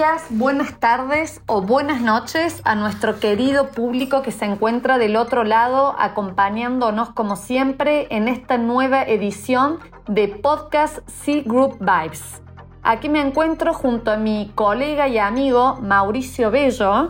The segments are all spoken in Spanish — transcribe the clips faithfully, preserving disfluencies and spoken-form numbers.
días, buenas tardes o buenas noches a nuestro querido público que se encuentra del otro lado acompañándonos como siempre en esta nueva edición de Podcast C Group Vibes. Aquí me encuentro junto a mi colega y amigo Mauricio Bello.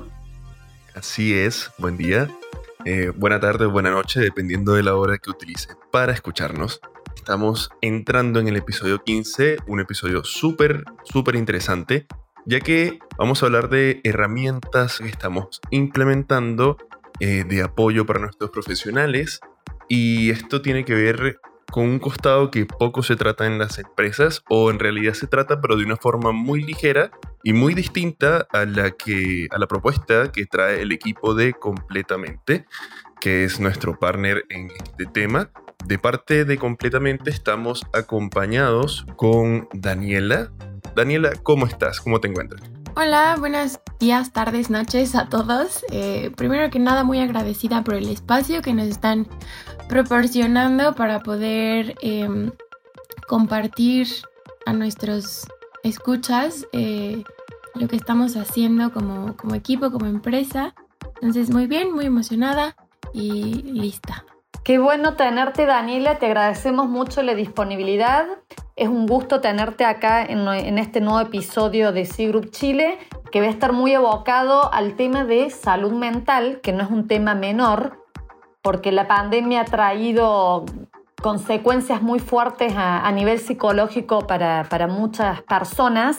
Así es, buen día, eh, buena tarde o buena noche, dependiendo de la hora que utilice para escucharnos. Estamos entrando en el episodio quince, un episodio súper, súper interesante, ya que vamos a hablar de herramientas que estamos implementando eh, de apoyo para nuestros profesionales, y esto tiene que ver con un costado que poco se trata en las empresas, o en realidad se trata pero de una forma muy ligera y muy distinta a la, que, a la propuesta que trae el equipo de Completamente, que es nuestro partner en este tema. De parte de Completamente estamos acompañados con Daniela. Daniela, ¿cómo estás? ¿Cómo te encuentras? Hola, buenos días, tardes, noches a todos. Eh, primero que nada, muy agradecida por el espacio que nos están proporcionando para poder eh, compartir a nuestros escuchas eh, lo que estamos haciendo como, como equipo, como empresa. Entonces, muy bien, muy emocionada y lista. Qué bueno tenerte, Daniela, te agradecemos mucho la disponibilidad. Es un gusto tenerte acá en, en este nuevo episodio de C Group Chile, que va a estar muy evocado al tema de salud mental, que no es un tema menor, porque la pandemia ha traído consecuencias muy fuertes a, a nivel psicológico para, para muchas personas.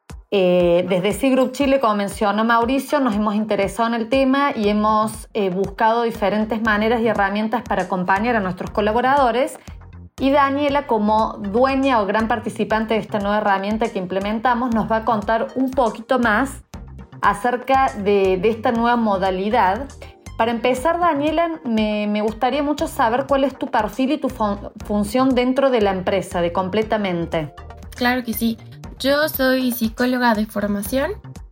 Eh, desde C Group Chile, como mencionó Mauricio, nos hemos interesado en el tema y hemos eh, buscado diferentes maneras y herramientas para acompañar a nuestros colaboradores. Y Daniela, como dueña o gran participante de esta nueva herramienta que implementamos, nos va a contar un poquito más acerca de, de esta nueva modalidad. Para empezar, Daniela, me, me gustaría mucho saber cuál es tu perfil y tu fun- función dentro de la empresa, de Completamente. Claro que sí. Yo soy psicóloga de formación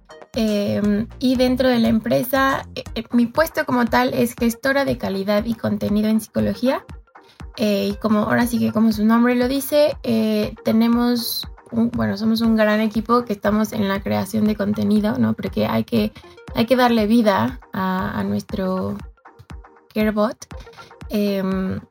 eh, y dentro de la empresa eh, mi puesto como tal es gestora de calidad y contenido en psicología. Eh, y como ahora sí que como su nombre lo dice, eh, tenemos, un, bueno, somos un gran equipo que estamos en la creación de contenido, ¿no? Porque hay que, hay que darle vida a, a nuestro CareBot. Eh,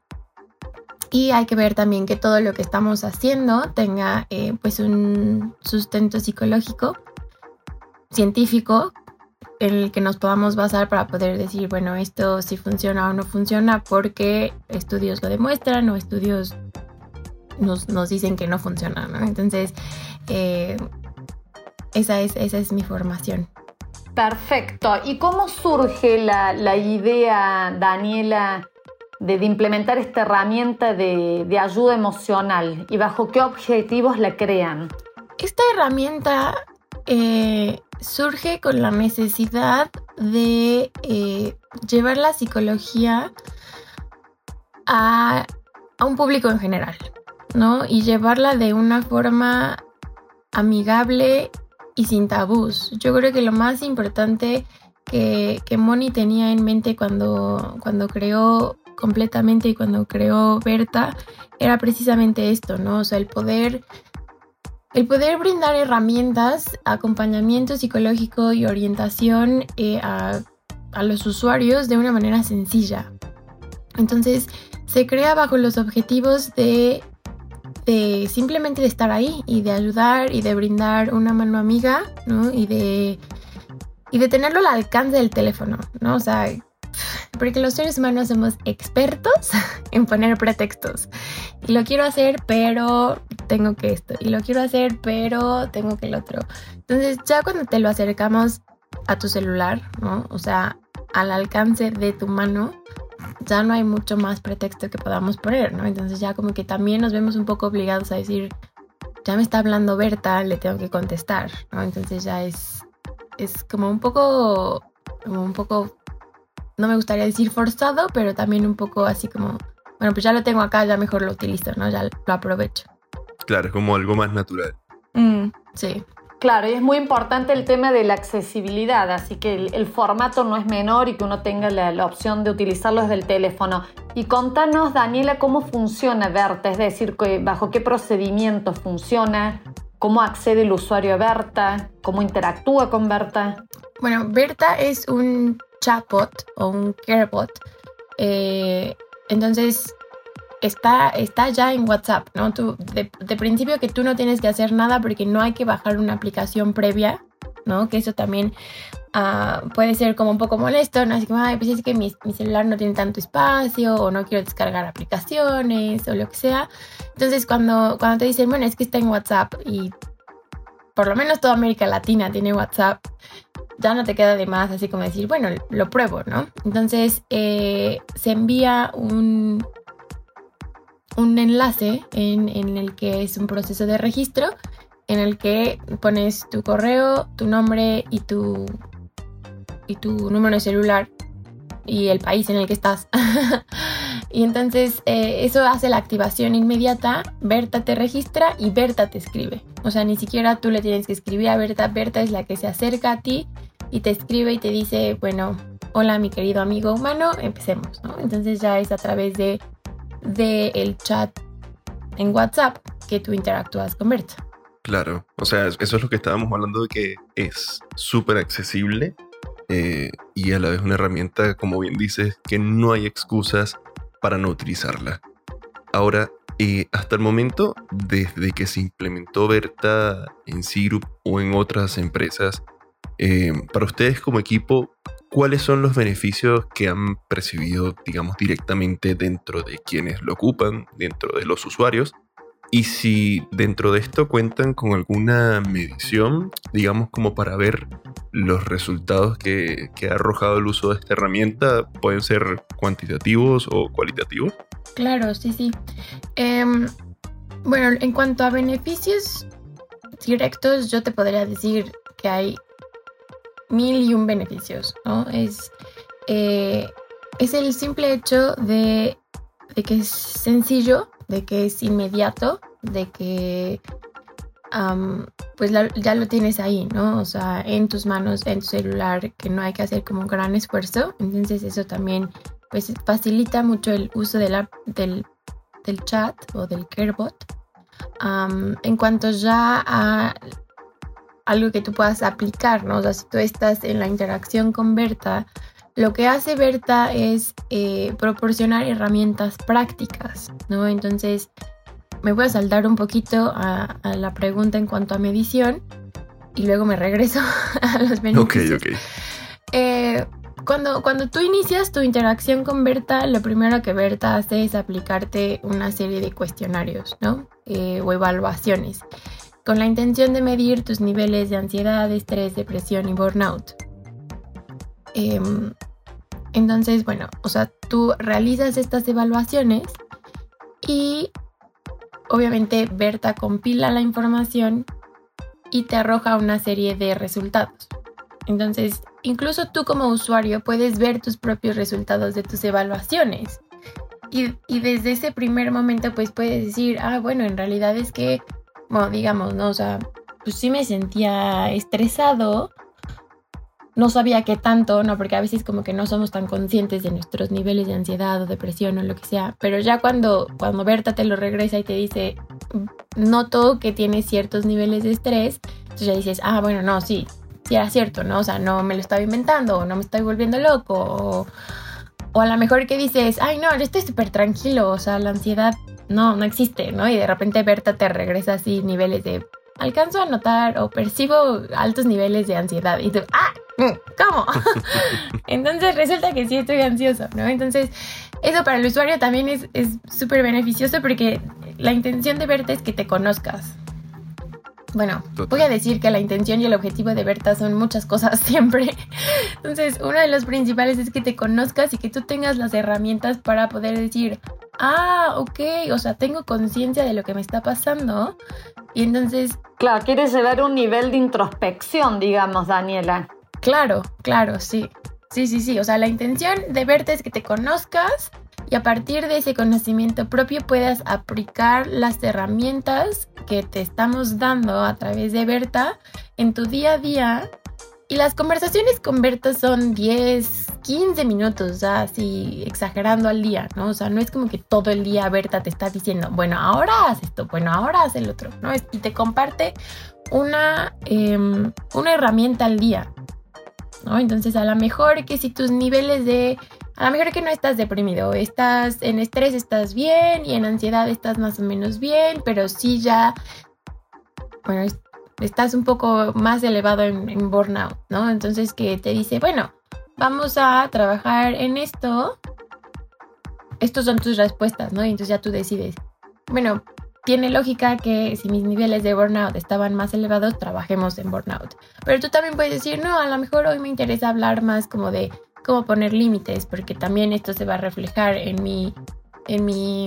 Y hay que ver también que todo lo que estamos haciendo tenga eh, pues un sustento psicológico, científico, en el que nos podamos basar para poder decir, bueno, esto sí funciona o no funciona porque estudios lo demuestran o estudios nos, nos dicen que no funciona, ¿no? Entonces, eh, esa es, esa es mi formación. Perfecto. ¿Y cómo surge la, la idea, Daniela, de, de implementar esta herramienta de, de ayuda emocional y bajo qué objetivos la crean? Esta herramienta eh, surge con la necesidad de eh, llevar la psicología a, a un público en general, ¿no? Y llevarla de una forma amigable y sin tabús. Yo creo que lo más importante que, que Moni tenía en mente cuando, cuando creó Completamente y cuando creó Berta era precisamente esto, ¿no? O sea, el poder, el poder brindar herramientas, acompañamiento psicológico y orientación eh, a, a los usuarios de una manera sencilla. Entonces, se crea bajo los objetivos de, de simplemente de estar ahí y de ayudar y de brindar una mano amiga, ¿no? Y de, y de tenerlo al alcance del teléfono, ¿no? O sea, porque los seres humanos somos expertos en poner pretextos. Y lo quiero hacer, pero tengo que esto. Y lo quiero hacer, pero tengo que el otro. Entonces, ya cuando te lo acercamos a tu celular, ¿no? O sea, al alcance de tu mano, ya no hay mucho más pretexto que podamos poner, ¿no? Entonces ya como que también nos vemos un poco obligados a decir, ya me está hablando Berta, le tengo que contestar, ¿no? Entonces ya es, es como un poco, como un poco... no me gustaría decir forzado, pero también un poco así como, bueno, pues ya lo tengo acá, ya mejor lo utilizo, ¿no? Ya lo aprovecho. Claro, es como algo más natural. Mm, sí. Claro, y es muy importante el tema de la accesibilidad, así que el, el formato no es menor y que uno tenga la, la opción de utilizarlo desde el teléfono. Y contanos, Daniela, cómo funciona Berta, es decir, que, bajo qué procedimiento funciona, ¿Cómo accede el usuario a Berta? ¿Cómo interactúa con Berta? Bueno, Berta es un chatbot o un carebot. Eh, entonces, está, está ya en WhatsApp, ¿no? Tú, de, de principio que tú no tienes que hacer nada porque no hay que bajar una aplicación previa, ¿no? Que eso también uh, puede ser como un poco molesto, ¿no? Así que, ay, pues es que mi, mi celular no tiene tanto espacio o no quiero descargar aplicaciones o lo que sea. Entonces, cuando, cuando te dicen, bueno, es que está en WhatsApp y por lo menos toda América Latina tiene WhatsApp, ya no te queda de más así como decir, bueno, lo pruebo, ¿no? Entonces, eh, se envía un, un enlace en, en el que es un proceso de registro en el que pones tu correo, tu nombre y tu, y tu número de celular y el país en el que estás. Y entonces eh, eso hace la activación inmediata. Berta te registra y Berta te escribe. O sea, ni siquiera tú le tienes que escribir a Berta. Berta es la que se acerca a ti y te escribe y te dice, bueno, hola mi querido amigo humano, empecemos, ¿no? Entonces ya es a través de, de el chat en WhatsApp que tú interactúas con Berta. Claro, o sea, eso es lo que estábamos hablando, de que es súper accesible eh, y a la vez una herramienta, como bien dices, que no hay excusas para no utilizarla. Ahora, eh, hasta el momento, desde que se implementó Berta en Cgroup o en otras empresas, eh, para ustedes como equipo, ¿cuáles son los beneficios que han percibido, digamos, directamente dentro de quienes lo ocupan, dentro de los usuarios? Y si dentro de esto cuentan con alguna medición, digamos, como para ver los resultados que, que ha arrojado el uso de esta herramienta, ¿pueden ser cuantitativos o cualitativos? Claro, sí, sí. Eh, bueno, en cuanto a beneficios directos, yo te podría decir que hay mil y un beneficios, ¿no? Es, eh, es el simple hecho de, de que es sencillo, de que es inmediato, de que um, pues la, ya lo tienes ahí, ¿no? O sea, en tus manos, en tu celular, que no hay que hacer como un gran esfuerzo. Entonces eso también pues facilita mucho el uso de la, del, del chat o del carebot. Um, en cuanto ya a algo que tú puedas aplicar, ¿no? O sea, si tú estás en la interacción con Berta, lo que hace Berta es eh, proporcionar herramientas prácticas, ¿no? Entonces, me voy a saltar un poquito a, a la pregunta en cuanto a medición y luego me regreso a los beneficios. Ok, ok. Eh, cuando, cuando tú inicias tu interacción con Berta, lo primero que Berta hace es aplicarte una serie de cuestionarios, ¿no? Eh, o evaluaciones, con la intención de medir tus niveles de ansiedad, estrés, depresión y burnout. Eh, entonces, bueno, o sea, tú realizas estas evaluaciones y obviamente Berta compila la información y te arroja una serie de resultados. Entonces, incluso tú como usuario puedes ver tus propios resultados de tus evaluaciones. Y, y desde ese primer momento pues puedes decir, ah, bueno, en realidad es que, bueno, digamos, ¿no? O sea, pues sí me sentía estresado. No sabía qué tanto, ¿no? Porque a veces como que no somos tan conscientes de nuestros niveles de ansiedad o depresión o lo que sea. Pero ya cuando, cuando Berta te lo regresa y te dice, noto que tienes ciertos niveles de estrés, entonces ya dices, ah, bueno, no, sí, sí era cierto, ¿no? O sea, no me lo estaba inventando o no me estoy volviendo loco. O, o a lo mejor que dices, ay, no, yo estoy súper tranquilo, o sea, la ansiedad no, no existe, ¿no? Y de repente Berta te regresa así niveles de, alcanzo a notar o percibo altos niveles de ansiedad. Y tú, ah, ¿cómo? Entonces resulta que sí estoy ansioso, ¿no? Entonces eso para el usuario también es súper beneficioso porque la intención de Berta es que te conozcas. Bueno, Total. Voy a decir que la intención y el objetivo de Berta son muchas cosas siempre. Entonces uno de los principales es que te conozcas y que tú tengas las herramientas para poder decir, ah, ok, o sea, tengo conciencia de lo que me está pasando. Y entonces... Claro, quieres llevar un nivel de introspección, digamos, Daniela. Claro, claro, sí. Sí, sí, sí. O sea, la intención de Berta es que te conozcas y a partir de ese conocimiento propio puedas aplicar las herramientas que te estamos dando a través de Berta en tu día a día Y las conversaciones con Berta son diez, quince minutos, o sea, así exagerando al día, ¿no? O sea, no es como que todo el día Berta te está diciendo, bueno, ahora haz esto, bueno, ahora haz el otro, ¿no? Y te comparte una, eh, una herramienta al día, ¿no? Entonces, a lo mejor que si tus niveles de... A lo mejor que no estás deprimido, estás en estrés, estás bien, y en ansiedad estás más o menos bien, pero sí ya... Bueno, estás un poco más elevado en, en burnout, ¿no? Entonces que te dice, bueno, vamos a trabajar en esto. Estos son tus respuestas, ¿no? Y entonces ya tú decides. Bueno, tiene lógica que si mis niveles de burnout estaban más elevados, trabajemos en burnout. Pero tú también puedes decir, no, a lo mejor hoy me interesa hablar más como de cómo poner límites, porque también esto se va a reflejar en mi... En mi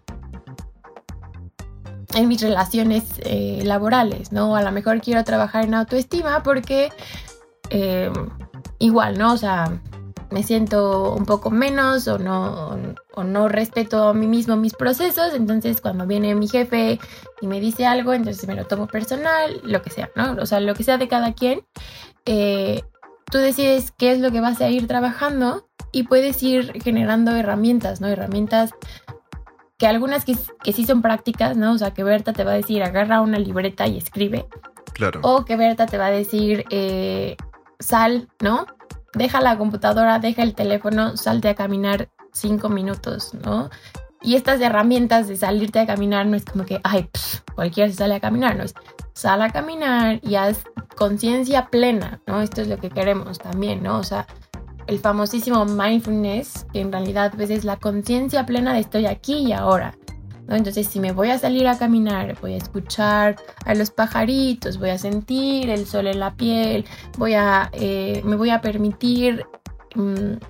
en mis relaciones eh, laborales, ¿no? A lo mejor quiero trabajar en autoestima porque eh, igual, ¿no? O sea, me siento un poco menos o no, o, o no respeto a mí mismo mis procesos, entonces cuando viene mi jefe y me dice algo, entonces me lo tomo personal, lo que sea, ¿no? O sea, lo que sea de cada quien, eh, tú decides qué es lo que vas a ir trabajando y puedes ir generando herramientas, ¿no? Herramientas que algunas que, que sí son prácticas, ¿no? O sea, que Berta te va a decir, agarra una libreta y escribe. Claro. O que Berta te va a decir, eh, sal, ¿no? Deja la computadora, deja el teléfono, salte a caminar cinco minutos, ¿no? Y estas herramientas de salirte a caminar no es como que, ay, pff, cualquiera se sale a caminar, no es sal a caminar y haz conciencia plena, ¿no? Esto es lo que queremos también, ¿no? O sea, el famosísimo mindfulness, que en realidad pues, es la conciencia plena de estoy aquí y ahora, ¿no? Entonces, si me voy a salir a caminar, voy a escuchar a los pajaritos, voy a sentir el sol en la piel, voy a, eh, me voy a permitir mmm,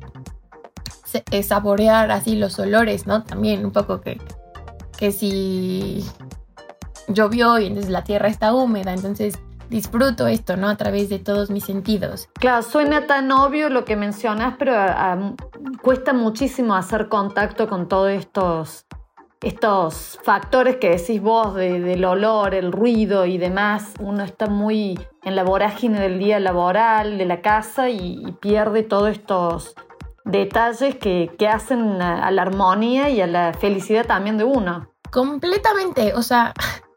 se, saborear así los olores, ¿no? También un poco que, que si llovió y entonces la tierra está húmeda, entonces disfruto esto, ¿no? A través de todos mis sentidos. Claro, suena tan obvio lo que mencionas, pero um, cuesta muchísimo hacer contacto con todos estos, estos factores que decís vos, de, del olor, el ruido y demás. Uno está muy en la vorágine del día laboral, de la casa, y, y pierde todos estos detalles que, que hacen a, a la armonía y a la felicidad también de uno. Completamente, o sea...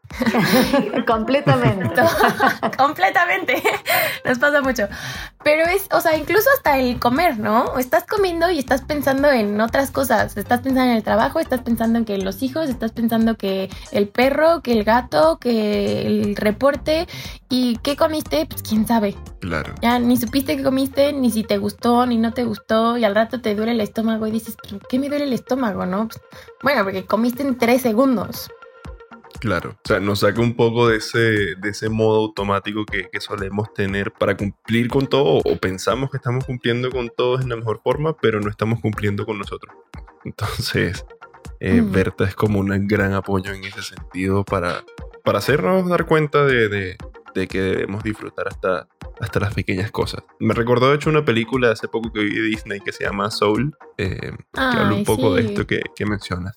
Completamente. Completamente. Nos pasa mucho. Pero es, o sea, incluso hasta el comer, ¿no? Estás comiendo y estás pensando en otras cosas. Estás pensando en el trabajo, estás pensando en que los hijos, estás pensando que el perro, que el gato, que el reporte. ¿Y qué comiste? Pues quién sabe. Claro. Ya ni supiste qué comiste, ni si te gustó, ni no te gustó. Y al rato te duele el estómago y dices, ¿por qué me duele el estómago, no? Pues, bueno, porque comiste en tres segundos. Claro, o sea, nos saca un poco de ese, de ese modo automático que, que solemos tener para cumplir con todo, o pensamos que estamos cumpliendo con todos en la mejor forma, pero no estamos cumpliendo con nosotros. Entonces, eh, mm. Berta es como un gran apoyo en ese sentido para, para hacernos dar cuenta de, de, de que debemos disfrutar hasta, hasta las pequeñas cosas. Me recordó, de hecho, una película hace poco que vi de Disney que se llama Soul, eh, Ay, que habla un poco sí. de esto que, que mencionas.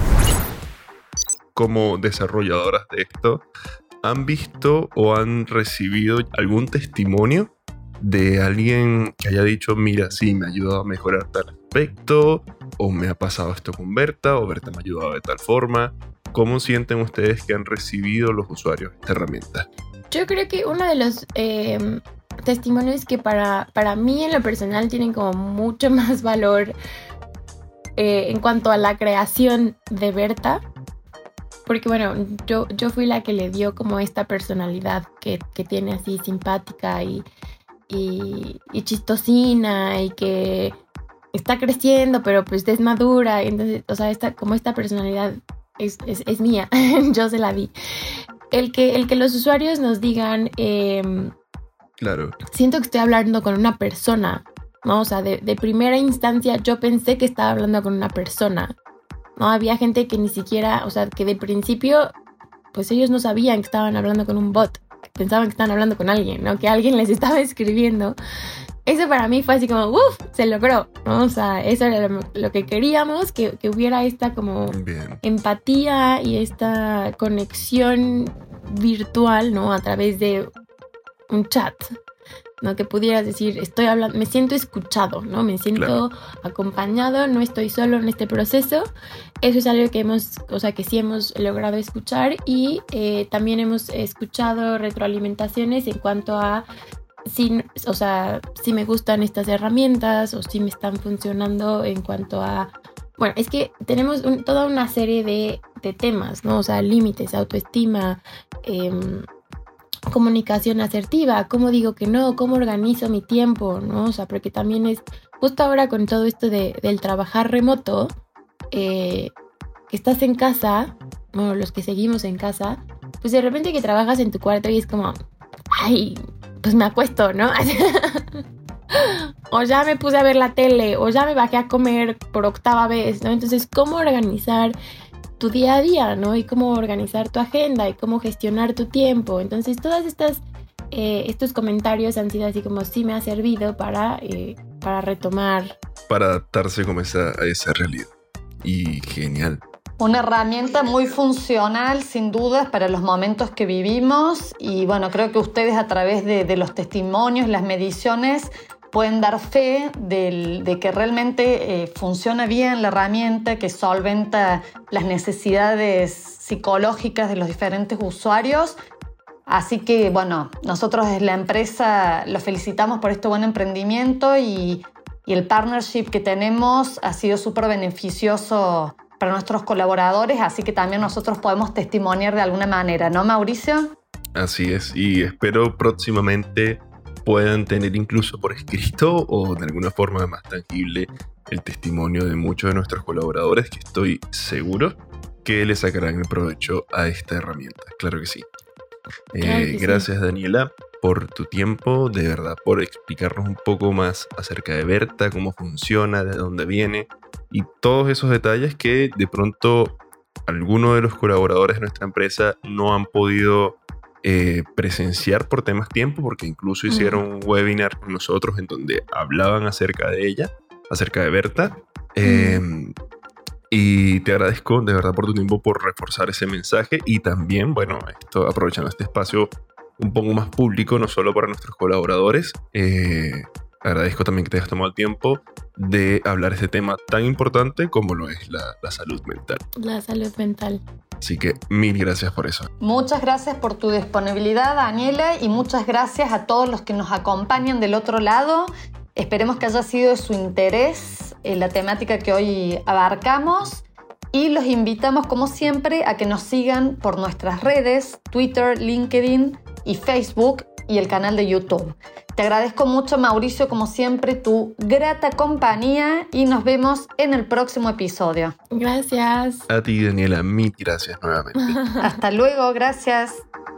Como desarrolladoras de esto, ¿han visto o han recibido algún testimonio de alguien que haya dicho, mira, sí, me ha ayudado a mejorar tal aspecto, o me ha pasado esto con Berta, o Berta me ha ayudado de tal forma? ¿Cómo sienten ustedes que han recibido los usuarios esta herramienta? Yo creo que uno de los eh, testimonios que para, para mí en lo personal tienen como mucho más valor eh, en cuanto a la creación de Berta, porque bueno, yo, yo fui la que le dio como esta personalidad que, que tiene así simpática y, y, y chistosina, y que está creciendo pero pues es madura, entonces, o sea, esta, como esta personalidad es, es, es mía, yo se la di. El que, el que los usuarios nos digan, eh, claro, siento que estoy hablando con una persona, ¿no? O sea, de, de primera instancia yo pensé que estaba hablando con una persona. No, había gente que ni siquiera, o sea, que de principio, pues ellos no sabían que estaban hablando con un bot, pensaban que estaban hablando con alguien, ¿no? Que alguien les estaba escribiendo. Eso para mí fue así como, uff, se logró, ¿no? O sea, eso era lo, lo que queríamos, que, que hubiera esta como bien, empatía y esta conexión virtual, ¿no? A través de un chat. ¿no? Que pudieras decir, estoy hablando, me siento escuchado, ¿no? Me siento claro. acompañado, no estoy solo en este proceso. Eso es algo que hemos, o sea, que sí hemos logrado escuchar y eh, también hemos escuchado retroalimentaciones en cuanto a si, o sea, si me gustan estas herramientas o si me están funcionando en cuanto a... Bueno, es que tenemos un, toda una serie de, de temas, ¿no? O sea, límites, autoestima, eh, comunicación asertiva, cómo digo que no, cómo organizo mi tiempo, ¿no? O sea, porque también es justo ahora con todo esto de, del trabajar remoto, eh, que estás en casa, bueno, los que seguimos en casa, pues de repente que trabajas en tu cuarto y es como, ay, pues me acuesto, ¿no? O ya me puse a ver la tele, o ya me bajé a comer por octava vez, ¿no? Entonces, ¿cómo organizar tu día a día, ¿no? Y cómo organizar tu agenda y cómo gestionar tu tiempo. Entonces, todas estas eh, estos comentarios han sido así como sí me ha servido para, eh, para retomar. Para adaptarse como esa, a esa realidad. Y genial. Una herramienta muy funcional, sin dudas, para los momentos que vivimos. Y bueno, creo que ustedes a través de, de los testimonios, las mediciones, pueden dar fe del, de que realmente eh, funciona bien la herramienta, que solventa las necesidades psicológicas de los diferentes usuarios. Así que, bueno, nosotros desde la empresa los felicitamos por este buen emprendimiento y, y el partnership que tenemos ha sido súper beneficioso para nuestros colaboradores, así que también nosotros podemos testimoniar de alguna manera, ¿no, Mauricio? Así es, y espero próximamente puedan tener incluso por escrito o de alguna forma más tangible el testimonio de muchos de nuestros colaboradores, que estoy seguro que le sacarán el provecho a esta herramienta. Claro que sí. Claro Eh, que sí. Gracias, Daniela, por tu tiempo, de verdad, por explicarnos un poco más acerca de Berta, cómo funciona, de dónde viene y todos esos detalles que de pronto algunos de los colaboradores de nuestra empresa no han podido eh, presenciar por temas tiempo, porque incluso hicieron un webinar con nosotros en donde hablaban acerca de ella, acerca de Berta. Eh, Y te agradezco de verdad por tu tiempo, por reforzar ese mensaje y también, bueno, esto, aprovechando este espacio un poco más público, no solo para nuestros colaboradores, eh, agradezco también que te hayas tomado el tiempo de hablar este tema tan importante como lo es la, la salud mental. La salud mental. Así que mil gracias por eso. Muchas gracias por tu disponibilidad, Daniela, y muchas gracias a todos los que nos acompañan del otro lado. Esperemos que haya sido de su interés en la temática que hoy abarcamos y los invitamos, como siempre, a que nos sigan por nuestras redes, Twitter, LinkedIn y Facebook y el canal de YouTube. Te agradezco mucho, Mauricio, como siempre, tu grata compañía y nos vemos en el próximo episodio. Gracias. A ti, Daniela, mil gracias nuevamente. Hasta luego, gracias.